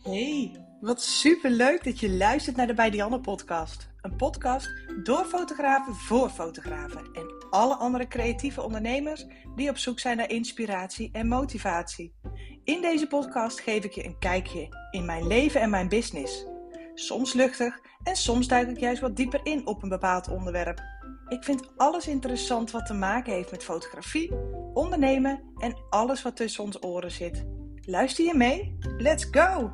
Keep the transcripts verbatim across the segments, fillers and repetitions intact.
Hey, wat superleuk dat je luistert naar de Bij Dianne podcast. Een podcast door fotografen voor fotografen en alle andere creatieve ondernemers die op zoek zijn naar inspiratie en motivatie. In deze podcast geef ik je een kijkje in mijn leven en mijn business. Soms luchtig en soms duik ik juist wat dieper in op een bepaald onderwerp. Ik vind alles interessant wat te maken heeft met fotografie, ondernemen en alles wat tussen ons oren zit. Luister je mee? Let's go!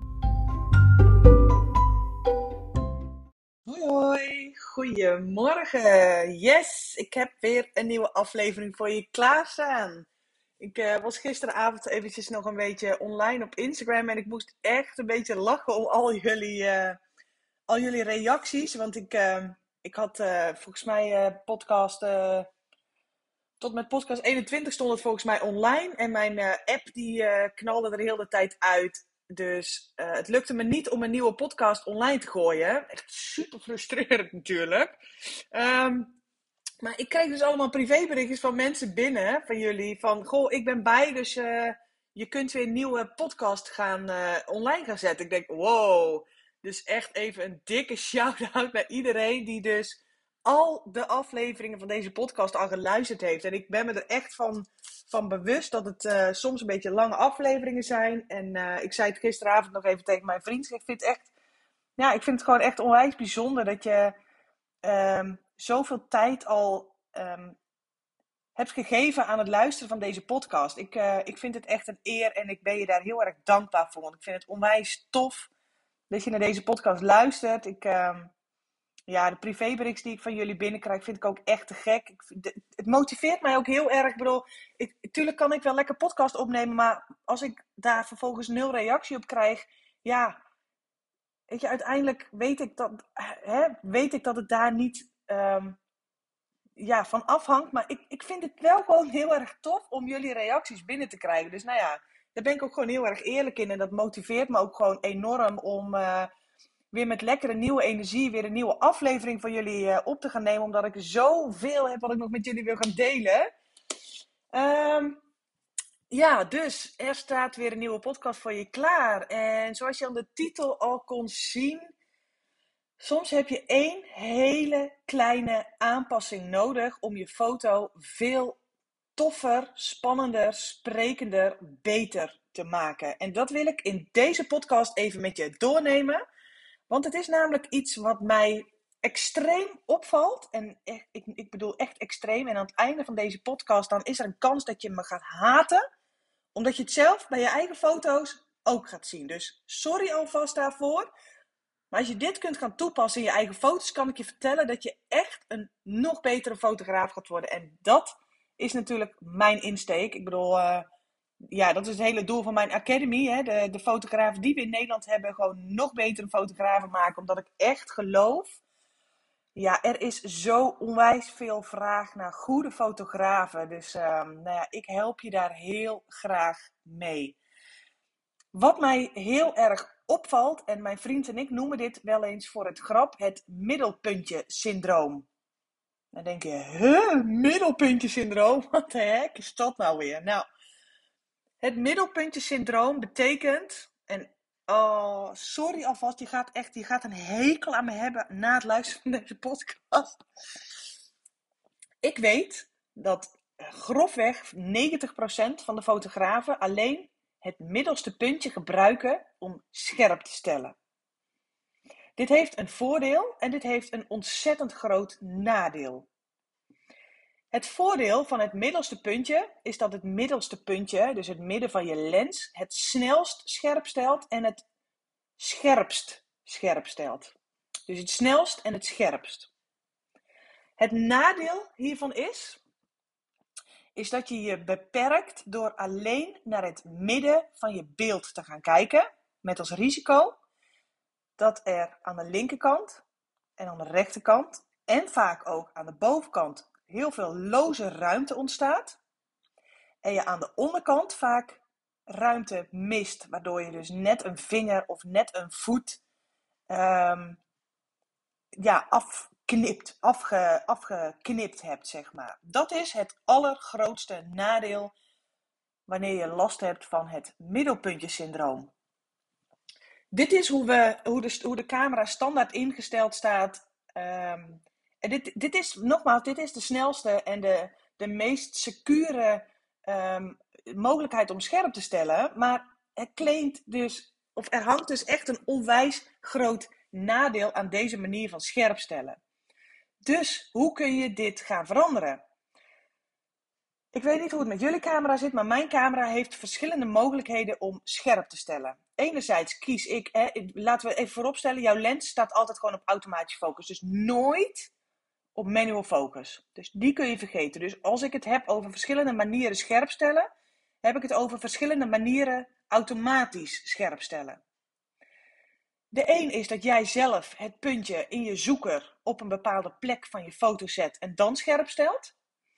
Hoi hoi, goedemorgen. Yes, ik heb weer een nieuwe aflevering voor je klaarstaan. Ik uh, was gisteravond eventjes nog een beetje online op Instagram en ik moest echt een beetje lachen om al jullie, uh, al jullie reacties. Want ik, uh, ik had uh, volgens mij uh, podcast, uh, tot met podcast eenentwintig stond het volgens mij online. En mijn uh, app die uh, knalde er heel de tijd uit. Dus uh, het lukte me niet om een nieuwe podcast online te gooien. Echt super frustrerend natuurlijk. Um, maar ik krijg dus allemaal privéberichtjes van mensen binnen, van jullie. Van, goh, ik ben bij, dus uh, je kunt weer een nieuwe podcast gaan, uh, online gaan zetten. Ik denk, wow. Dus echt even een dikke shout-out naar iedereen die dus al de afleveringen van deze podcast al geluisterd heeft. En ik ben me er echt van, van bewust dat het uh, soms een beetje lange afleveringen zijn. En uh, ik zei het gisteravond nog even tegen mijn vriend. Ik vind het echt, ja, ik vind het gewoon echt onwijs bijzonder dat je um, zoveel tijd al um, hebt gegeven aan het luisteren van deze podcast. Ik, uh, ik vind het echt een eer en ik ben je daar heel erg dankbaar voor. Want ik vind het onwijs tof dat je naar deze podcast luistert. Ik... Um, Ja, de privéberichts die ik van jullie binnenkrijg vind ik ook echt te gek. Ik, het motiveert mij ook heel erg. Ik bedoel, ik, tuurlijk kan ik wel lekker podcast opnemen, maar als ik daar vervolgens nul reactie op krijg, ja, weet je, uiteindelijk weet ik dat, hè, weet ik dat het daar niet um, ja, van afhangt. Maar ik, ik vind het wel gewoon heel erg tof om jullie reacties binnen te krijgen. Dus nou ja, daar ben ik ook gewoon heel erg eerlijk in en dat motiveert me ook gewoon enorm om... Uh, weer met lekkere nieuwe energie, weer een nieuwe aflevering van jullie uh, op te gaan nemen. Omdat ik zoveel heb wat ik nog met jullie wil gaan delen. Um, ja, dus er staat weer een nieuwe podcast voor je klaar. En zoals je aan de titel al kon zien, soms heb je één hele kleine aanpassing nodig om je foto veel toffer, spannender, sprekender, beter te maken. En dat wil ik in deze podcast even met je doornemen. Want het is namelijk iets wat mij extreem opvalt. En echt, ik, ik bedoel echt extreem. En aan het einde van deze podcast dan is er een kans dat je me gaat haten. Omdat je het zelf bij je eigen foto's ook gaat zien. Dus sorry alvast daarvoor. Maar als je dit kunt gaan toepassen in je eigen foto's, kan ik je vertellen dat je echt een nog betere fotograaf gaat worden. En dat is natuurlijk mijn insteek. Ik bedoel... Uh, Ja, dat is het hele doel van mijn academy. Hè? De, de fotografen die we in Nederland hebben, gewoon nog betere fotografen maken. Omdat ik echt geloof, ja, er is zo onwijs veel vraag naar goede fotografen. Dus um, nou ja, ik help je daar heel graag mee. Wat mij heel erg opvalt, en mijn vriend en ik noemen dit wel eens voor het grap, het middelpuntje syndroom. Dan denk je, huh, middelpuntje syndroom? Wat de hek is dat nou weer? Nou... Het middelpuntje-syndroom betekent, en oh, sorry alvast, je gaat echt, je gaat een hekel aan me hebben na het luisteren van deze podcast. Ik weet dat grofweg negentig procent van de fotografen alleen het middelste puntje gebruiken om scherp te stellen. Dit heeft een voordeel en dit heeft een ontzettend groot nadeel. Het voordeel van het middelste puntje is dat het middelste puntje, dus het midden van je lens, het snelst scherp stelt en het scherpst scherp stelt. Dus het snelst en het scherpst. Het nadeel hiervan is, is dat je je beperkt door alleen naar het midden van je beeld te gaan kijken, met als risico dat er aan de linkerkant en aan de rechterkant en vaak ook aan de bovenkant heel veel loze ruimte ontstaat. En je aan de onderkant vaak ruimte mist. Waardoor je dus net een vinger of net een voet um, ja, afknipt, afge, afgeknipt hebt, zeg maar. Dat is het allergrootste nadeel wanneer je last hebt van het middelpuntje-syndroom. Dit is hoe, we, hoe, de, hoe de camera standaard ingesteld staat. Um, en dit, dit is, nogmaals, dit is de snelste en de, de meest secure um, mogelijkheid om scherp te stellen. Maar het claimt dus, of er hangt dus echt een onwijs groot nadeel aan deze manier van scherp stellen. Dus hoe kun je dit gaan veranderen? Ik weet niet hoe het met jullie camera zit, maar mijn camera heeft verschillende mogelijkheden om scherp te stellen. Enerzijds kies ik, hè, laten we even vooropstellen, jouw lens staat altijd gewoon op automatische focus. Dus nooit op manual focus. Dus die kun je vergeten. Dus als ik het heb over verschillende manieren scherp stellen, heb ik het over verschillende manieren automatisch scherp stellen. De een is dat jij zelf het puntje in je zoeker op een bepaalde plek van je foto zet en dan scherp stelt.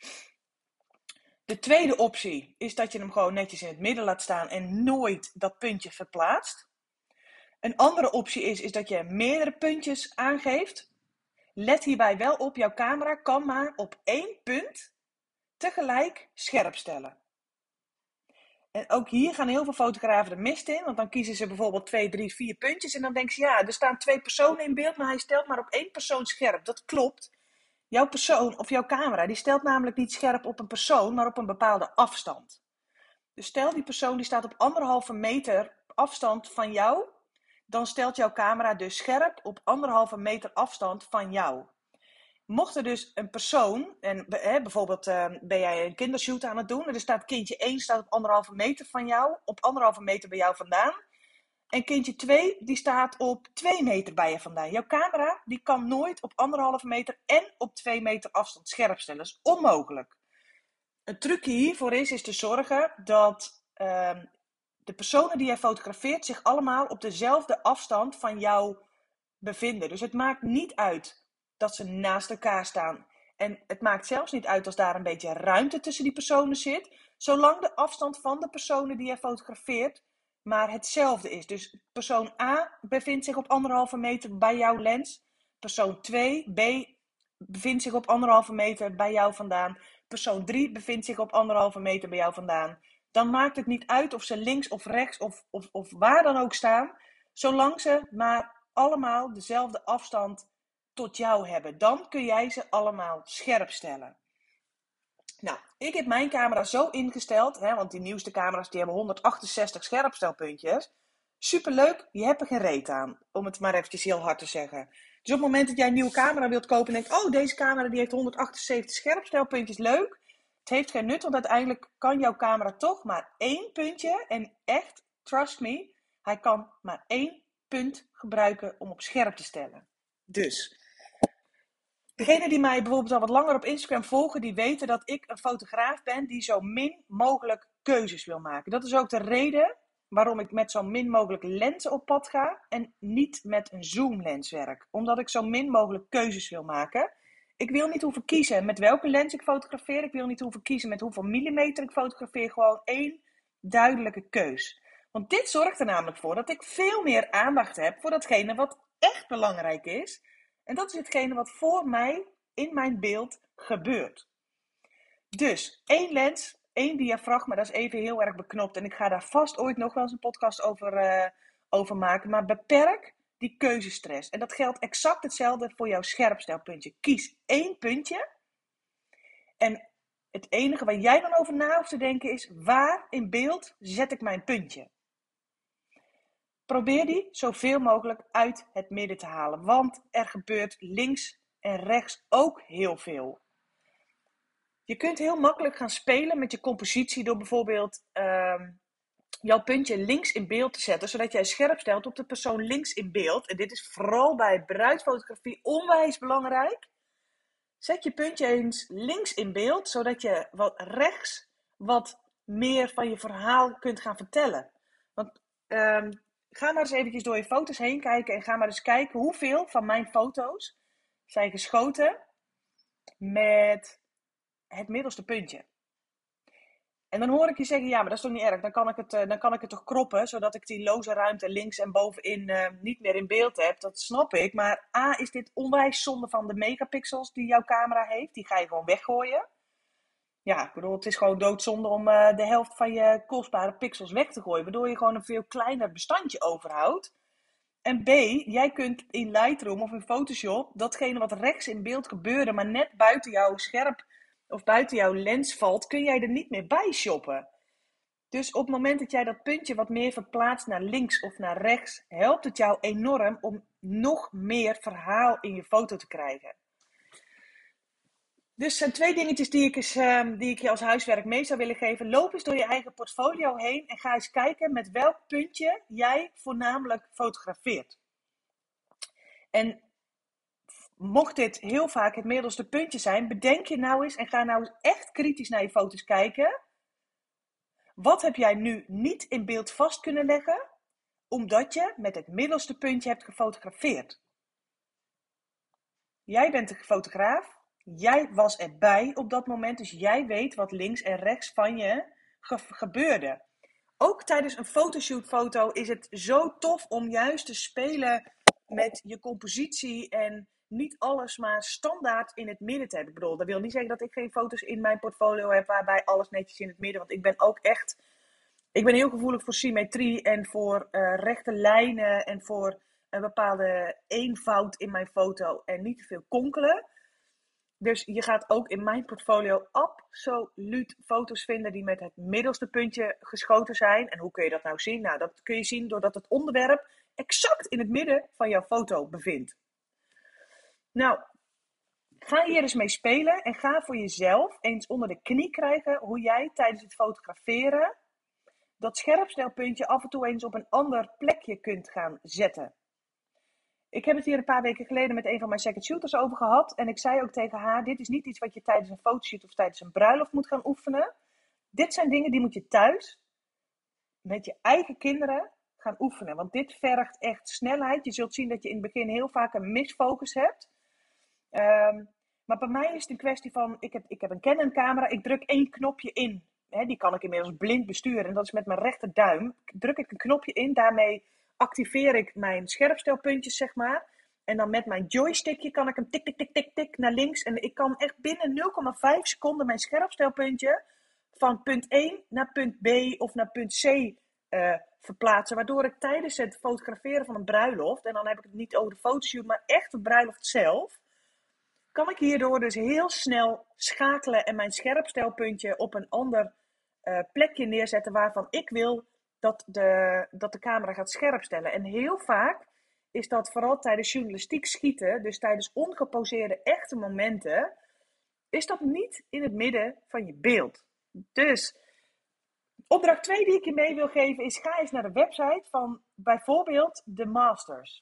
De tweede optie is dat je hem gewoon netjes in het midden laat staan en nooit dat puntje verplaatst. Een andere optie is, is dat je meerdere puntjes aangeeft. Let hierbij wel op, jouw camera kan maar op één punt tegelijk scherp stellen. En ook hier gaan heel veel fotografen de mist in, want dan kiezen ze bijvoorbeeld twee, drie, vier puntjes en dan denken ze, ja, er staan twee personen in beeld, maar hij stelt maar op één persoon scherp. Dat klopt. Jouw persoon of jouw camera, die stelt namelijk niet scherp op een persoon, maar op een bepaalde afstand. Dus stel die persoon die staat op anderhalve meter afstand van jou, dan stelt jouw camera dus scherp op anderhalve meter afstand van jou. Mocht er dus een persoon, en hè, bijvoorbeeld uh, ben jij een kindershoot aan het doen, en er staat kindje één staat op anderhalve meter van jou, op anderhalve meter bij jou vandaan. En kindje twee, die staat op twee meter bij je vandaan. Jouw camera, die kan nooit op anderhalve meter en op twee meter afstand scherp stellen. Dat is onmogelijk. Een trucje hiervoor is, is te zorgen dat uh, de personen die jij fotografeert zich allemaal op dezelfde afstand van jou bevinden. Dus het maakt niet uit dat ze naast elkaar staan. En het maakt zelfs niet uit als daar een beetje ruimte tussen die personen zit. Zolang de afstand van de personen die jij fotografeert maar hetzelfde is. Dus persoon A bevindt zich op anderhalve meter bij jouw lens. Persoon twee, B, bevindt zich op anderhalve meter bij jou vandaan. Persoon drie bevindt zich op anderhalve meter bij jou vandaan. Dan maakt het niet uit of ze links of rechts of, of, of waar dan ook staan. Zolang ze maar allemaal dezelfde afstand tot jou hebben. Dan kun jij ze allemaal scherp stellen. Nou, ik heb mijn camera zo ingesteld, hè, want die nieuwste camera's die hebben honderdachtenzestig scherpstelpuntjes. Superleuk, je hebt er geen reet aan, om het maar eventjes heel hard te zeggen. Dus op het moment dat jij een nieuwe camera wilt kopen en denkt, oh, deze camera die heeft honderdachtenzeventig scherpstelpuntjes, leuk. Het heeft geen nut, want uiteindelijk kan jouw camera toch maar één puntje, en echt, trust me, hij kan maar één punt gebruiken om op scherp te stellen. Dus degenen die mij bijvoorbeeld al wat langer op Instagram volgen, die weten dat ik een fotograaf ben die zo min mogelijk keuzes wil maken. Dat is ook de reden waarom ik met zo min mogelijk lenzen op pad ga en niet met een zoomlens werk. Omdat ik zo min mogelijk keuzes wil maken. Ik wil niet hoeven kiezen met welke lens ik fotografeer. Ik wil niet hoeven kiezen met hoeveel millimeter ik fotografeer. Gewoon één duidelijke keus. Want dit zorgt er namelijk voor dat ik veel meer aandacht heb voor datgene wat echt belangrijk is. En dat is hetgene wat voor mij in mijn beeld gebeurt. Dus één lens, één diafragma, dat is even heel erg beknopt. En ik ga daar vast ooit nog wel eens een podcast over, uh, over maken. Maar beperk die keuzestress. En dat geldt exact hetzelfde voor jouw scherpstelpuntje. Kies één puntje. En het enige waar jij dan over na hoeft te denken is, waar in beeld zet ik mijn puntje? Probeer die zoveel mogelijk uit het midden te halen. Want er gebeurt links en rechts ook heel veel. Je kunt heel makkelijk gaan spelen met je compositie door bijvoorbeeld uh, jouw puntje links in beeld te zetten. Zodat jij scherp stelt op de persoon links in beeld. En dit is vooral bij bruidfotografie onwijs belangrijk. Zet je puntje eens links in beeld. Zodat je wat rechts wat meer van je verhaal kunt gaan vertellen. Want Uh, Ga maar eens eventjes door je foto's heen kijken en ga maar eens kijken hoeveel van mijn foto's zijn geschoten met het middelste puntje. En dan hoor ik je zeggen, ja, maar dat is toch niet erg. Dan kan ik het, uh, dan kan ik het toch kroppen, zodat ik die loze ruimte links en bovenin uh, niet meer in beeld heb. Dat snap ik. Maar A, is dit onwijs zonde van de megapixels die jouw camera heeft. Die ga je gewoon weggooien. Ja, ik bedoel, het is gewoon doodzonde om uh, de helft van je kostbare pixels weg te gooien. Waardoor je gewoon een veel kleiner bestandje overhoudt. En B, jij kunt in Lightroom of in Photoshop datgene wat rechts in beeld gebeurde, maar net buiten jouw scherp of buiten jouw lens valt, kun jij er niet meer bij shoppen. Dus op het moment dat jij dat puntje wat meer verplaatst naar links of naar rechts, helpt het jou enorm om nog meer verhaal in je foto te krijgen. Dus er zijn twee dingetjes die ik, eens, um, die ik je als huiswerk mee zou willen geven. Loop eens door je eigen portfolio heen en ga eens kijken met welk puntje jij voornamelijk fotografeert. En mocht dit heel vaak het middelste puntje zijn, bedenk je nou eens en ga nou eens echt kritisch naar je foto's kijken. Wat heb jij nu niet in beeld vast kunnen leggen, omdat je met het middelste puntje hebt gefotografeerd? Jij bent de fotograaf. Jij was erbij op dat moment, dus jij weet wat links en rechts van je ge- gebeurde. Ook tijdens een fotoshootfoto is het zo tof om juist te spelen met je compositie en niet alles maar standaard in het midden te hebben. Ik bedoel, dat wil niet zeggen dat ik geen foto's in mijn portfolio heb waarbij alles netjes in het midden, want ik ben ook echt, ik ben heel gevoelig voor symmetrie en voor uh, rechte lijnen en voor een bepaalde eenvoud in mijn foto en niet te veel konkelen. Dus je gaat ook in mijn portfolio absoluut foto's vinden die met het middelste puntje geschoten zijn. En hoe kun je dat nou zien? Nou, dat kun je zien doordat het onderwerp exact in het midden van jouw foto bevindt. Nou, ga hier eens mee spelen en ga voor jezelf eens onder de knie krijgen hoe jij tijdens het fotograferen dat scherpstelpuntje af en toe eens op een ander plekje kunt gaan zetten. Ik heb het hier een paar weken geleden met een van mijn second shooters over gehad. En ik zei ook tegen haar, dit is niet iets wat je tijdens een fotoshoot of tijdens een bruiloft moet gaan oefenen. Dit zijn dingen die moet je thuis met je eigen kinderen gaan oefenen. Want dit vergt echt snelheid. Je zult zien dat je in het begin heel vaak een misfocus hebt. Um, maar bij mij is het een kwestie van, ik heb, ik heb een Canon camera, ik druk één knopje in. He, die kan ik inmiddels blind besturen en dat is met mijn rechterduim. Druk ik een knopje in, daarmee activeer ik mijn scherpstelpuntjes, zeg maar. En dan met mijn joystickje kan ik hem tik, tik, tik, tik, tik naar links. En ik kan echt binnen nul komma vijf seconden mijn scherpstelpuntje van punt één naar punt B of naar punt C uh, verplaatsen. Waardoor ik tijdens het fotograferen van een bruiloft, en dan heb ik het niet over de fotoshoot, maar echt de bruiloft zelf, kan ik hierdoor dus heel snel schakelen en mijn scherpstelpuntje op een ander uh, plekje neerzetten waarvan ik wil dat de, dat de camera gaat scherpstellen. En heel vaak is dat vooral tijdens journalistiek schieten, dus tijdens ongeposeerde echte momenten, is dat niet in het midden van je beeld. Dus opdracht twee die ik je mee wil geven is, ga eens naar de website van bijvoorbeeld de Masters.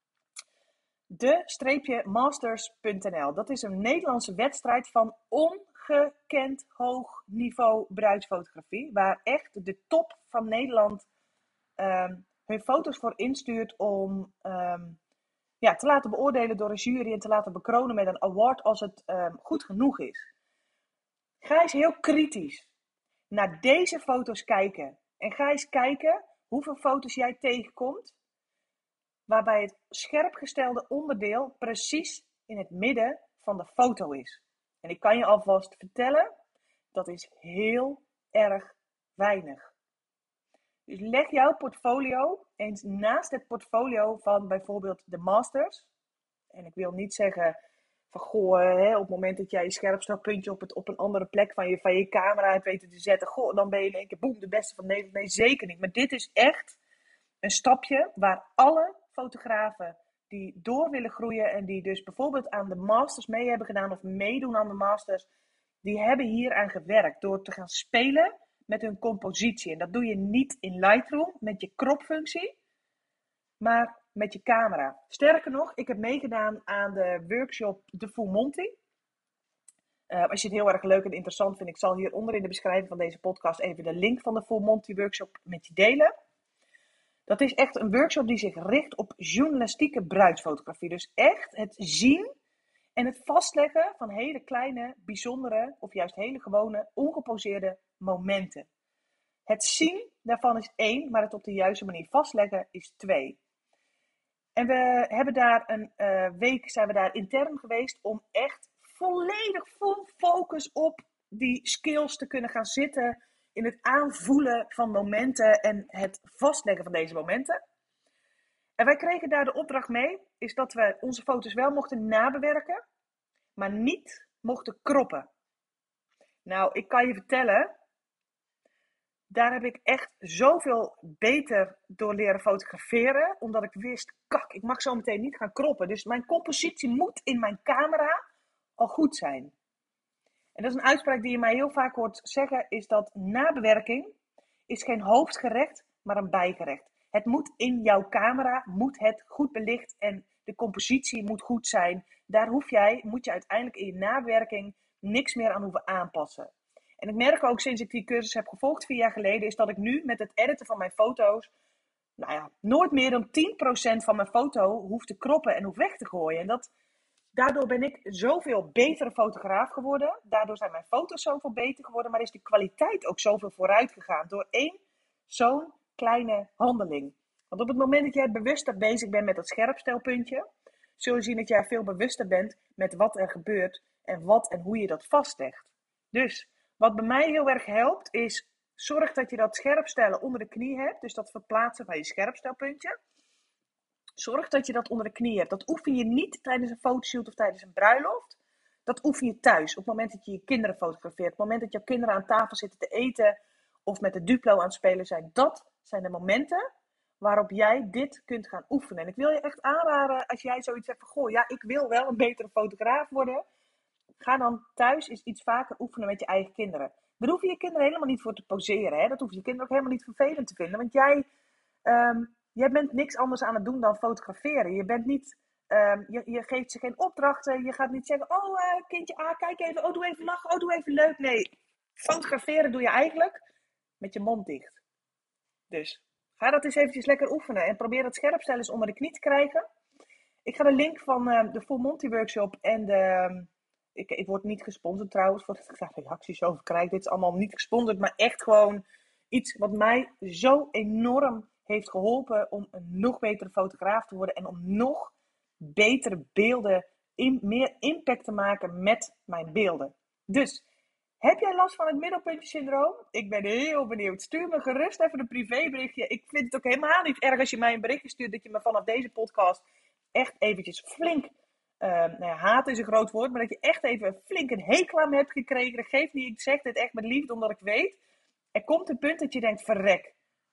de-masters punt n l. Dat is een Nederlandse wedstrijd van ongekend hoog niveau bruidsfotografie, waar echt de top van Nederland um, hun foto's voor instuurt om um, ja, te laten beoordelen door een jury en te laten bekronen met een award als het um, goed genoeg is. Ga eens heel kritisch naar deze foto's kijken en ga eens kijken hoeveel foto's jij tegenkomt waarbij het scherpgestelde onderdeel precies in het midden van de foto is. En ik kan je alvast vertellen, dat is heel erg weinig. Dus leg jouw portfolio eens naast het portfolio van bijvoorbeeld de Masters. En ik wil niet zeggen van goh, hè, op het moment dat jij je scherpstelpuntje op, het, op een andere plek van je, van je camera hebt weten te zetten, goh, dan ben je in één keer boem, de beste van Nederland. Nee, zeker niet. Maar dit is echt een stapje waar alle fotografen die door willen groeien en die dus bijvoorbeeld aan de Masters mee hebben gedaan of meedoen aan de Masters, die hebben hier aan gewerkt door te gaan spelen met hun compositie. En dat doe je niet in Lightroom met je kropfunctie, maar met je camera. Sterker nog, ik heb meegedaan aan de workshop de Full Monty. Uh, als je het heel erg leuk en interessant vindt, ik zal hieronder in de beschrijving van deze podcast even de link van de Full Monty workshop met je delen. Dat is echt een workshop die zich richt op journalistieke bruidsfotografie. Dus echt het zien en het vastleggen van hele kleine, bijzondere of juist hele gewone, ongeposeerde momenten. Het zien daarvan is één, maar het op de juiste manier vastleggen is twee. En we hebben daar een uh, week, zijn we daar intern geweest om echt volledig vol focus op die skills te kunnen gaan zitten in het aanvoelen van momenten en het vastleggen van deze momenten. En wij kregen daar de opdracht mee, is dat we onze foto's wel mochten nabewerken, maar niet mochten kroppen. Nou, ik kan je vertellen, daar heb ik echt zoveel beter door leren fotograferen, omdat ik wist, kak, ik mag zo meteen niet gaan kroppen. Dus mijn compositie moet in mijn camera al goed zijn. En dat is een uitspraak die je mij heel vaak hoort zeggen, is dat nabewerking is geen hoofdgerecht, maar een bijgerecht. Het moet in jouw camera, moet het goed belicht en de compositie moet goed zijn. Daar hoef jij, moet je uiteindelijk in je nabewerking niks meer aan hoeven aanpassen. En ik merk ook sinds ik die cursus heb gevolgd vier jaar geleden, is dat ik nu met het editen van mijn foto's, nou ja, nooit meer dan tien procent van mijn foto hoef te kroppen en hoef weg te gooien. En dat, daardoor ben ik zoveel betere fotograaf geworden. Daardoor zijn mijn foto's zoveel beter geworden, maar is de kwaliteit ook zoveel vooruit gegaan door één zo'n kleine handeling. Want op het moment dat jij bewuster bezig bent met dat scherpstelpuntje, zul je zien dat jij veel bewuster bent met wat er gebeurt en wat en hoe je dat vastlegt. Dus wat bij mij heel erg helpt is, zorg dat je dat scherpstellen onder de knie hebt. Dus dat verplaatsen van je scherpstelpuntje. Zorg dat je dat onder de knie hebt. Dat oefen je niet tijdens een fotoshoot of tijdens een bruiloft. Dat oefen je thuis. Op het moment dat je je kinderen fotografeert. Op het moment dat jouw kinderen aan tafel zitten te eten. Of met de Duplo aan het spelen zijn. Dat zijn de momenten waarop jij dit kunt gaan oefenen. En ik wil je echt aanraden, als jij zoiets hebt van, goh, ja, ik wil wel een betere fotograaf worden. Ga dan thuis eens iets vaker oefenen met je eigen kinderen. Daar hoef je je kinderen helemaal niet voor te poseren. Hè? Dat hoef je kinderen ook helemaal niet vervelend te vinden. Want jij, um, jij bent niks anders aan het doen dan fotograferen. Je bent niet, um, je, je geeft ze geen opdrachten. Je gaat niet zeggen, oh uh, kindje A, ah, kijk even. Oh, doe even lachen. Oh, doe even leuk. Nee, fotograferen doe je eigenlijk met je mond dicht. Dus ga dat eens eventjes lekker oefenen. En probeer dat scherpstellen eens onder de knie te krijgen. Ik ga de link van uh, de Full Monty Workshop en de... Ik, ik word niet gesponsord trouwens, voordat ik daar reacties over krijg. Dit is allemaal niet gesponsord, maar echt gewoon iets wat mij zo enorm heeft geholpen om een nog betere fotograaf te worden. En om nog betere beelden, in, meer impact te maken met mijn beelden. Dus, heb jij last van het middelpuntje syndroom? Ik ben heel benieuwd. Stuur me gerust even een privéberichtje. Ik vind het ook helemaal niet erg als je mij een berichtje stuurt dat je me vanaf deze podcast echt eventjes flink... Uh, nou ja, haat is een groot woord, maar dat je echt even flink een hekel aan me hebt gekregen. Dat geeft niet, ik zeg dit echt met liefde, omdat ik weet. Er komt een punt dat je denkt, verrek.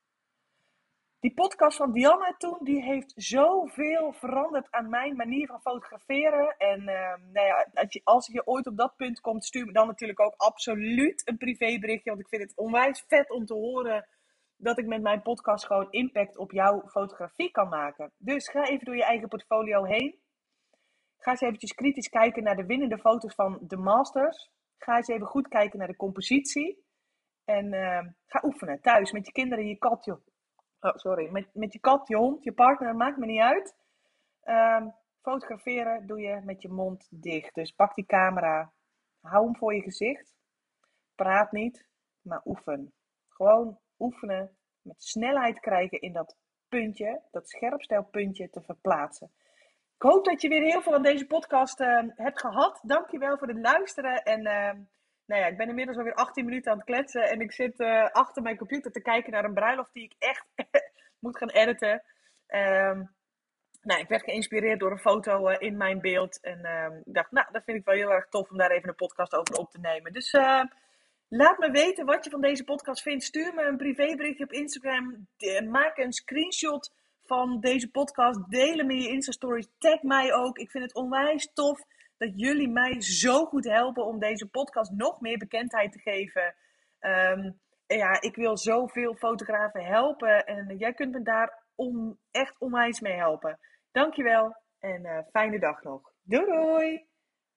Die podcast van Dianne toen, die heeft zoveel veranderd aan mijn manier van fotograferen. En uh, nou ja, als je, als je ooit op dat punt komt, stuur me dan natuurlijk ook absoluut een privéberichtje. Want ik vind het onwijs vet om te horen dat ik met mijn podcast gewoon impact op jouw fotografie kan maken. Dus ga even door je eigen portfolio heen. Ga eens eventjes kritisch kijken naar de winnende foto's van de Masters. Ga eens even goed kijken naar de compositie. En uh, ga oefenen thuis met je kinderen, je kat, je, oh, sorry, met, met je kat, je hond, je partner, maakt me niet uit. Uh, fotograferen doe je met je mond dicht. Dus pak die camera, hou hem voor je gezicht. Praat niet, maar oefen. Gewoon oefenen, met snelheid krijgen in dat puntje, dat scherpstelpuntje te verplaatsen. Ik hoop dat je weer heel veel aan deze podcast uh, hebt gehad. Dankjewel voor het luisteren. En uh, nou ja, ik ben inmiddels alweer achttien minuten aan het kletsen. En ik zit uh, achter mijn computer te kijken naar een bruiloft die ik echt moet gaan editen. Um, nou, ik werd geïnspireerd door een foto uh, in mijn beeld. En uh, ik dacht, nou, dat vind ik wel heel erg tof om daar even een podcast over op te nemen. Dus uh, laat me weten wat je van deze podcast vindt. Stuur me een privéberichtje op Instagram. De, maak een screenshot van deze podcast. Deel hem in je Insta-stories. Tag mij ook. Ik vind het onwijs tof dat jullie mij zo goed helpen om deze podcast nog meer bekendheid te geven. Um, ja, ik wil zoveel fotografen helpen. En jij kunt me daar on, echt onwijs mee helpen. Dankjewel en uh, fijne dag nog. Doei doei!